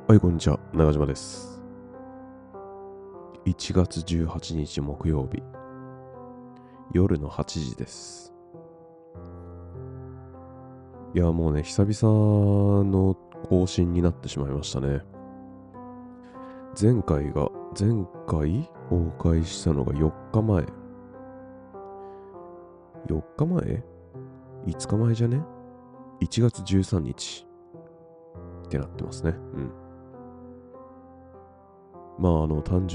はい、こんにちは。長島です。1月18日木曜日、夜の8時です。いや、もうね、久々の更新になってしまいましたね。前回公開したのが4日前。4日前 ?5 日前じゃね？ 1 月13日ってなってますね。うん。まあ、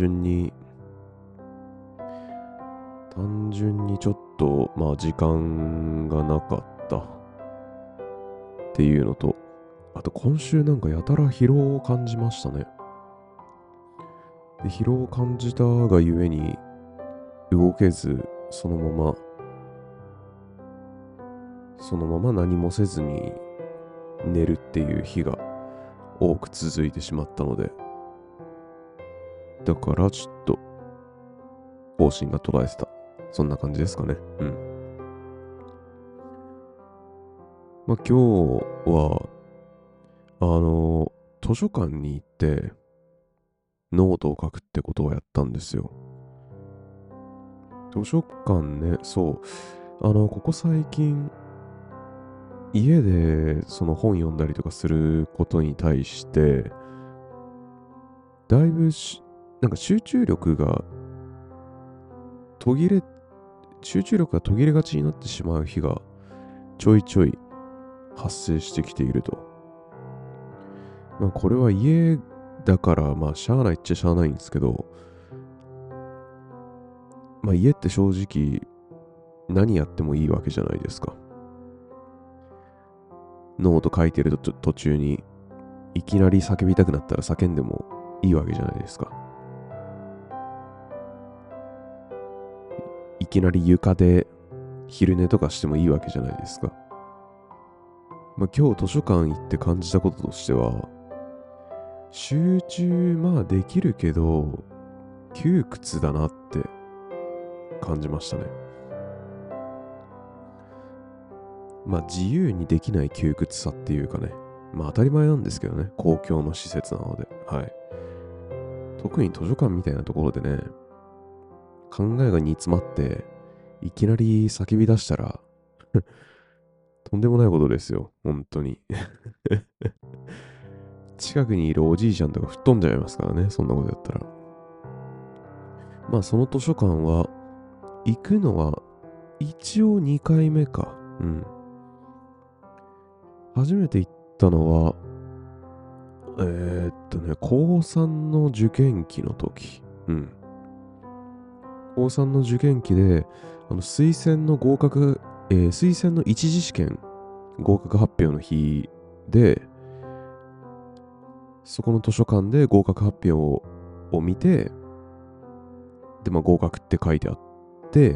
単純にちょっと、時間がなかったっていうのと、あと今週なんかやたら疲労を感じましたね。で、疲労を感じたがゆえに動けず、そのまま何もせずに寝るっていう日が多く続いてしまったので、だからちょっと方針が途絶えてた。そんな感じですかね。うん。今日は、図書館に行ってノートを書くってことをやったんですよ。図書館ね、そう。ここ最近、家でその本読んだりとかすることに対して、だいぶなんか途切れ、集中力が途切れがちになってしまう日がちょいちょい発生してきていると。これは家だから、しゃあないっちゃしゃあないんですけど、家って正直何やってもいいわけじゃないですか。ノート書いてる途中にいきなり叫びたくなったら叫んでもいいわけじゃないですか。いきなり床で昼寝とかしてもいいわけじゃないですか。今日図書館行って感じたこととしては、集中できるけど窮屈だなって感じましたね。自由にできない窮屈さっていうかね。当たり前なんですけどね。公共の施設なので。はい。特に図書館みたいなところでね、考えが煮詰まって、いきなり叫び出したらとんでもないことですよ。本当に。近くにいるおじいちゃんとか吹っ飛んじゃいますからね。そんなことやったら。その図書館は、行くのは一応2回目か。うん。初めて行ったのは、高3の受験期の時。うん。高3の受験期で、推薦の一次試験合格発表の日で、そこの図書館で合格発表を見て、で、合格って書いてあって、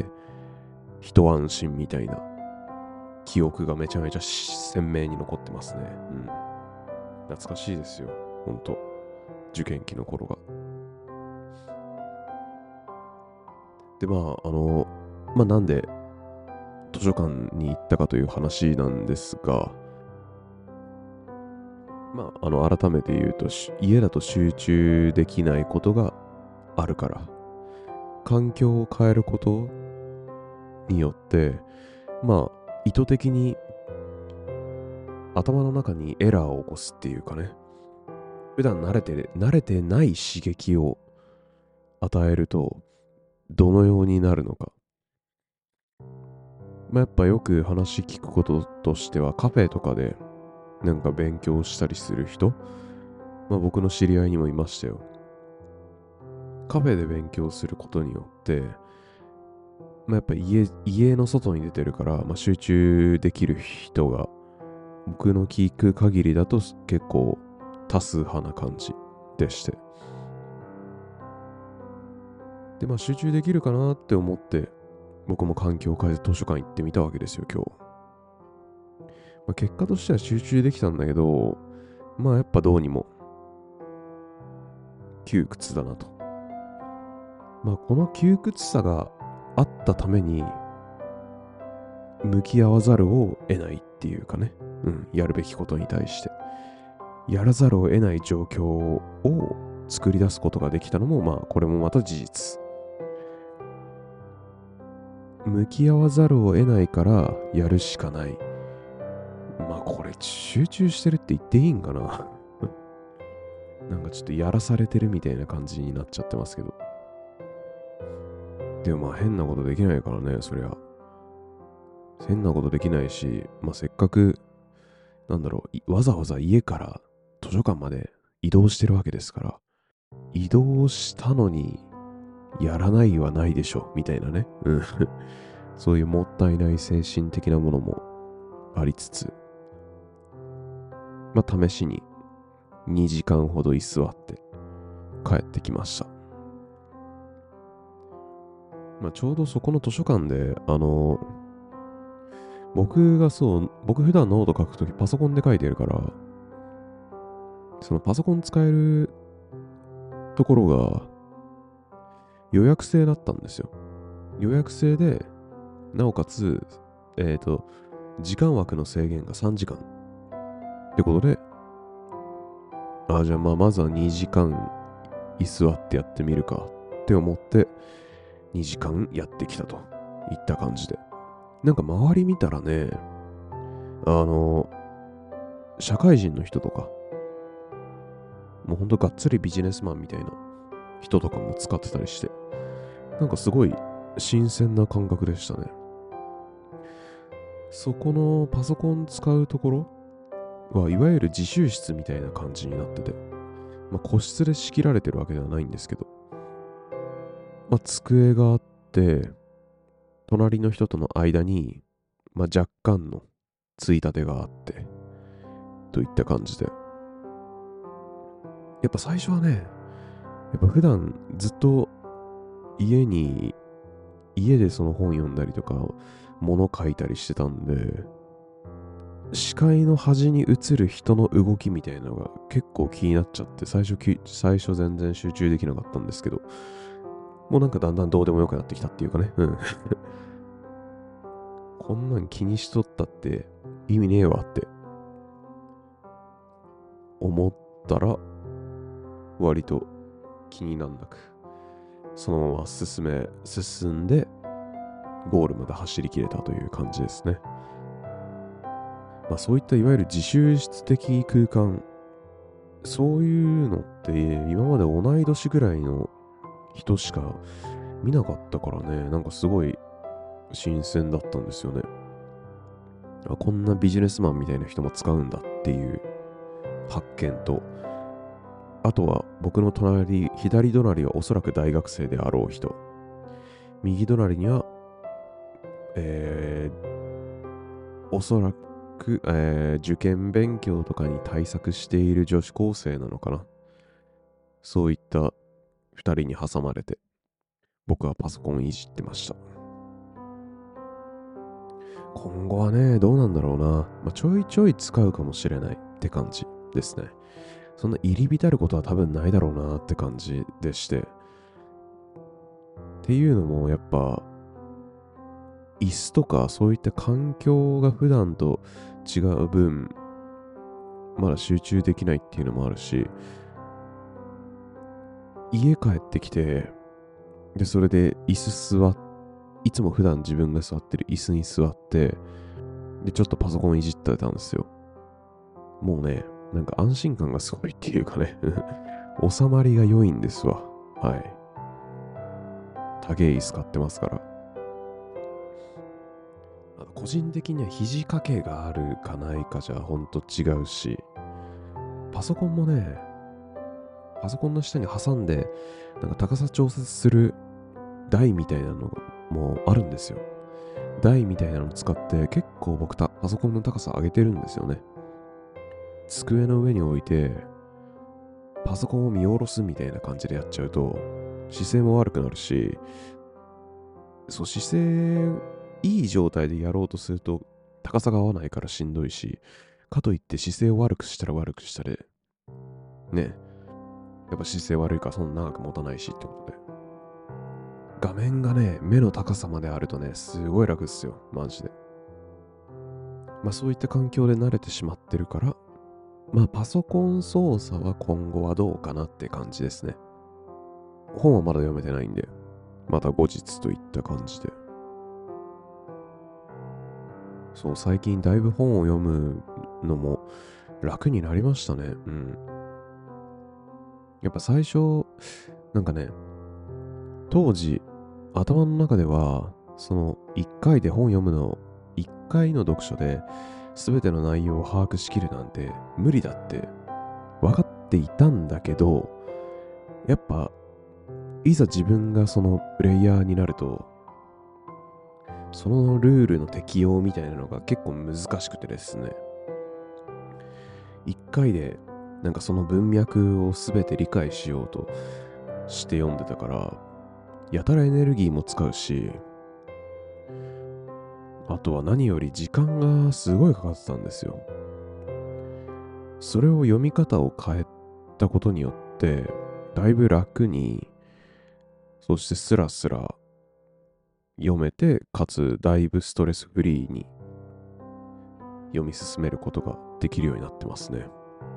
一安心みたいな記憶がめちゃめちゃ鮮明に残ってますね。うん。懐かしいですよ。ほんと。受験期の頃が。で、なんで図書館に行ったかという話なんですが、改めて言うと、家だと集中できないことがあるから、環境を変えることによって、意図的に頭の中にエラーを起こすっていうかね、普段慣れてない刺激を与えると、どのようになるのか。やっぱよく話聞くこととしては、カフェとかでなんか勉強したりする人、僕の知り合いにもいましたよ。カフェで勉強することによって、やっぱ家の外に出てるから、集中できる人が、僕の聞く限りだと結構多数派な感じでして。で、集中できるかなって思って、僕も環境を変えて図書館行ってみたわけですよ、今日。結果としては集中できたんだけど、やっぱどうにも窮屈だなと。この窮屈さがあったために、向き合わざるを得ないっていうかね、やるべきことに対して。 やらざるを得ない状況を作り出すことができたのも、まあこれもまた事実。向き合わざるを得ないからやるしかない。まあこれ集中してるって言っていいんかな。なんかちょっとやらされてるみたいな感じになっちゃってますけど。でもまあ変なことできないからね、そりゃ。変なことできないし、まあせっかく、わざわざ家から図書館まで移動してるわけですから、移動したのにやらないはないでしょ、みたいなね。うん。そういうもったいない精神的なものもありつつ、まあ試しに2時間ほど居座って帰ってきました。まあ、ちょうどそこの図書館で、僕普段ノート書くときパソコンで書いてるから、そのパソコン使えるところが予約制だったんですよ。予約制で、なおかつ、時間枠の制限が3時間ってことで、じゃあまずは2時間居座ってやってみるかって思って2時間やってきたといった感じで。なんか周り見たらね、社会人の人とか、もうほんとがっつりビジネスマンみたいな人とかも使ってたりして、なんかすごい新鮮な感覚でしたね。そこのパソコン使うところはいわゆる自習室みたいな感じになってて、まあ個室で仕切られてるわけではないんですけど、まあ机があって、隣の人との間に、まあ若干のついたてがあって、といった感じで。やっぱ最初はね、やっぱ普段ずっと家でその本読んだりとか、物書いたりしてたんで、視界の端に映る人の動きみたいなのが結構気になっちゃって、最初全然集中できなかったんですけど、もうなんかだんだんどうでもよくなってきたっていうかね、うん。こんなん気にしとったって意味ねえわって思ったら、割と気になんなく、そのまま進んで、ゴールまで走り切れたという感じですね。まあそういったいわゆる自習室的空間、そういうのって今まで同い年ぐらいの人しか見なかったからね、なんかすごい新鮮だったんですよね。こんなビジネスマンみたいな人も使うんだっていう発見と、あとは僕の左隣はおそらく大学生であろう人、右隣には、おそらく、受験勉強とかに対策している女子高生なのかな。そういった二人に挟まれて、僕はパソコンいじってました。今後はね、どうなんだろうな。まあ、ちょいちょい使うかもしれないって感じですね。そんな入り浸ることは多分ないだろうなって感じでして。っていうのも、やっぱ、椅子とかそういった環境が普段と違う分、まだ集中できないっていうのもあるし、家帰ってきて、で、それでいつも普段自分が座ってる椅子に座って、で、ちょっとパソコンいじってたんですよ。もうね、なんか安心感がすごいっていうかね、収まりが良いんですわ。はい。高い椅子買ってますから。個人的には肘掛けがあるかないかじゃほんと違うし、パソコンもね、パソコンの下に挟んで、なんか高さ調節する台みたいなのもあるんですよ。台みたいなの使って結構僕パソコンの高さ上げてるんですよね。机の上に置いて、パソコンを見下ろすみたいな感じでやっちゃうと、姿勢も悪くなるし、そう、いい状態でやろうとすると、高さが合わないからしんどいし、かといって姿勢を悪くしたら悪くしたで、ね、やっぱ姿勢悪いからそんな長く持たないしってことで。画面がね、目の高さまであるとね、すごい楽っすよ、マジで。まあそういった環境で慣れてしまってるから、 まあパソコン操作は今後はどうかなって感じですね。本はまだ読めてないんで、また後日といった感じで。そう、最近だいぶ本を読むのも楽になりましたね。うん。やっぱ最初、なんかね、当時、頭の中では、その1回で本読むの、1回の読書で全ての内容を把握しきるなんて無理だって分かっていたんだけど、やっぱ、いざ自分がそのプレイヤーになると、そのルールの適用みたいなのが結構難しくてですね、1回でなんかその文脈を全て理解しようとして読んでたから、やたらエネルギーも使うし、あとは何より時間がすごいかかってたんですよ。それを読み方を変えたことによって、だいぶ楽に、そしてスラスラ読めて、かつだいぶストレスフリーに読み進めることができるようになってますね。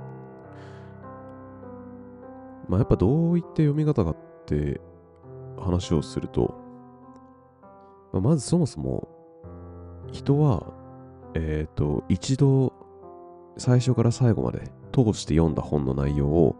まあやっぱどういった読み方かって話をすると、まずそもそも人は、一度最初から最後まで通して読んだ本の内容を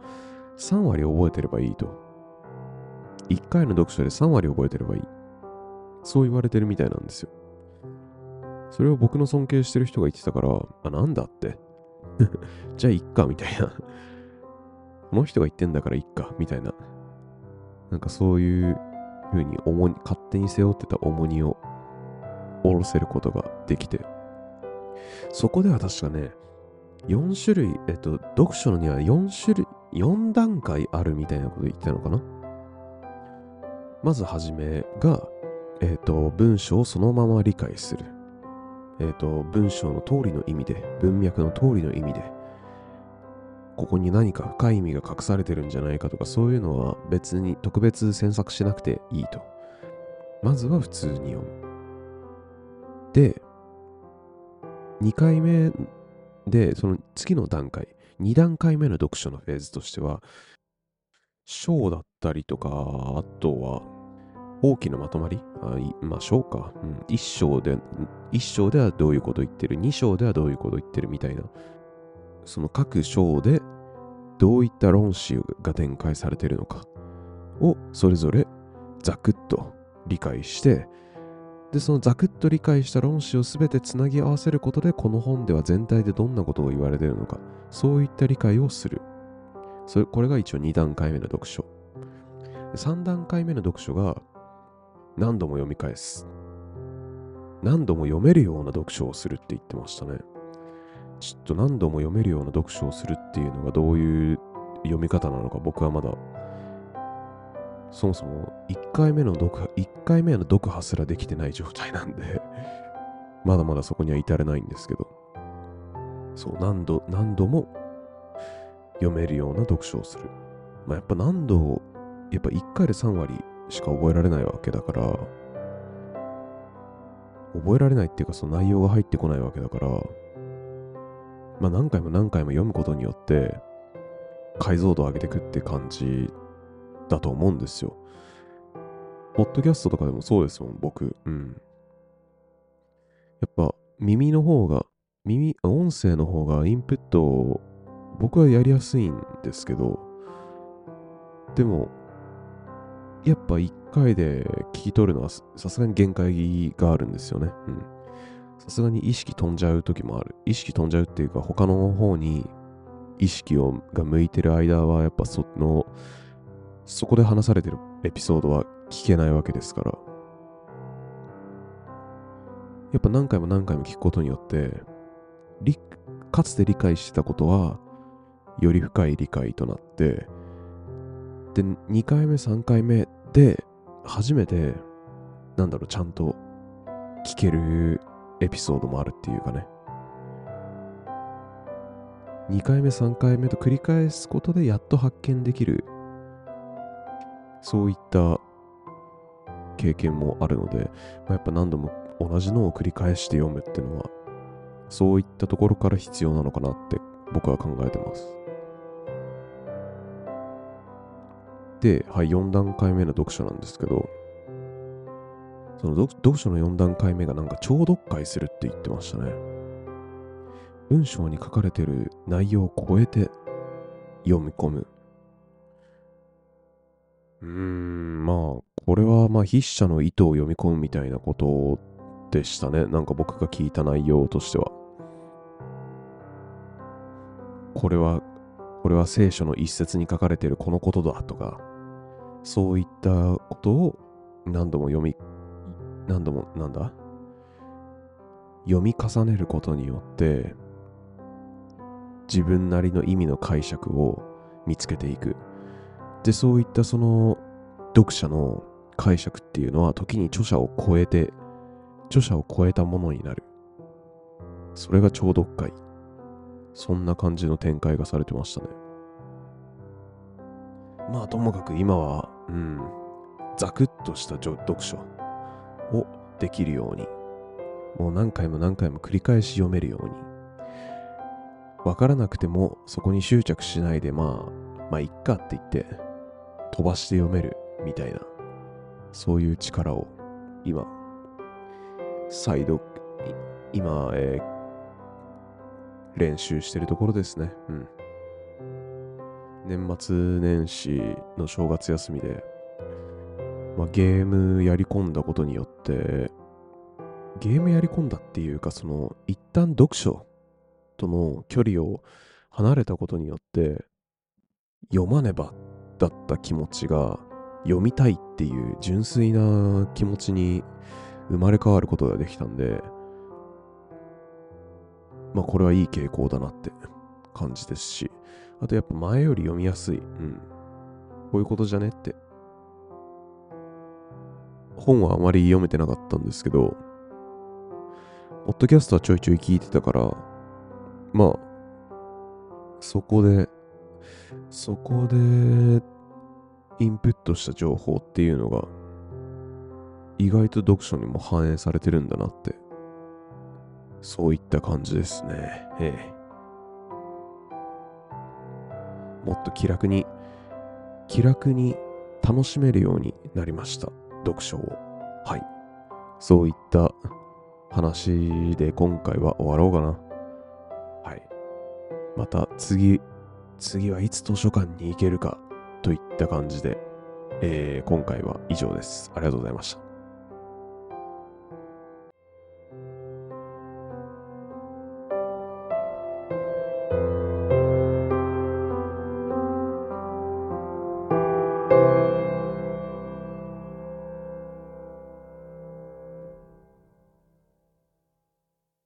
3割覚えてればいいと。1回の読書で3割覚えてればいい。そう言われてるみたいなんですよ。それを僕の尊敬してる人が言ってたから、あ、なんだって。じゃあいっか、みたいな。この人が言ってんだからいっか、みたいな。なんかそういう風に勝手に背負ってた重荷を下ろせることができて。そこでは確かね、4種類、読書には4種類、4段階あるみたいなこと言ってたのかな。まずはじめが、文章をそのまま理解する。文章の通りの意味で、文脈の通りの意味で、ここに何か深い意味が隠されてるんじゃないかとか、そういうのは別に特別詮索しなくていいと。まずは普通に読む。で、2回目で、その次の段階、2段階目の読書のフェーズとしては、章だったりとか、あとは大きなまとまり、まあ章か、一章ではどういうこと言ってる、2章ではどういうこと言ってるみたいな、その各章でどういった論旨が展開されているのかをそれぞれざくっと理解して、で、そのざくっと理解した論旨をすべてつなぎ合わせることで、この本では全体でどんなことを言われているのか、そういった理解をする。これが一応2段階目の読書。3段階目の読書が何度も読み返す。何度も読めるような読書をするって言ってましたね。ちょっと何度も読めるような読書をするっていうのがどういう読み方なのか僕はまだそもそも1回目の読破すらできてない状態なんでまだまだそこには至れないんですけど、そう、何度も読めるような読書をする。まあやっぱやっぱ1回で3割しか覚えられないわけだから、覚えられないっていうかその内容が入ってこないわけだから、まあ何回も何回も読むことによって解像度を上げていくって感じだと思うんですよ。ポッドキャストとかでもそうですもん、僕。うん。やっぱ音声の方がインプットを僕はやりやすいんですけど、でも、やっぱ一回で聞き取るのはさすがに限界があるんですよね。うん。さすがに意識飛んじゃう時もある。意識飛んじゃうっていうか、他の方に意識が向いてる間は、やっぱそこで話されてるエピソードは聞けないわけですから。やっぱ何回も何回も聞くことによって、かつて理解してたことは、より深い理解となって、で、2回目、3回目で、初めて、ちゃんと聞けるエピソードもあるっていうかね。2回目、3回目と繰り返すことでやっと発見できる、そういった経験もあるので、やっぱ何度も同じのを繰り返して読むっていうのは、そういったところから必要なのかなって僕は考えてます。で、はい、4段階目の読書なんですけど、その読書の4段階目がなんか超読解するって言ってましたね。文章に書かれてる内容を超えて読み込む。まあ、これはまあ筆者の意図を読み込むみたいなことでしたね。なんか僕が聞いた内容としては。これは聖書の一節に書かれているこのことだとか、そういったことを何度も読み重ねることによって、自分なりの意味の解釈を見つけていく。で、そういったその読者の解釈っていうのは時に著者を超えたものになる。それが超読解。そんな感じの展開がされてましたね。まあともかく今は、ザクッとした読書をできるように、もう何回も繰り返し読めるように、わからなくてもそこに執着しないで、まあいっかって言って飛ばして読めるみたいな、そういう力を今、練習してるところですね。年末年始の正月休みで、ゲームやり込んだことによって、ゲームやり込んだっていうか、その一旦読書との距離を離れたことによって、読まねばだった気持ちが読みたいっていう純粋な気持ちに生まれ変わることができたんで、これはいい傾向だなって感じですし、あとやっぱ前より読みやすい。こういうことじゃねって。本はあまり読めてなかったんですけど、ポッドキャストはちょいちょい聞いてたから、そこでインプットした情報っていうのが意外と読書にも反映されてるんだなって、そういった感じですね。もっと気楽に楽しめるようになりました。読書を。はい。そういった話で今回は終わろうかな。はい。また次はいつ図書館に行けるかといった感じで、今回は以上です。ありがとうございました。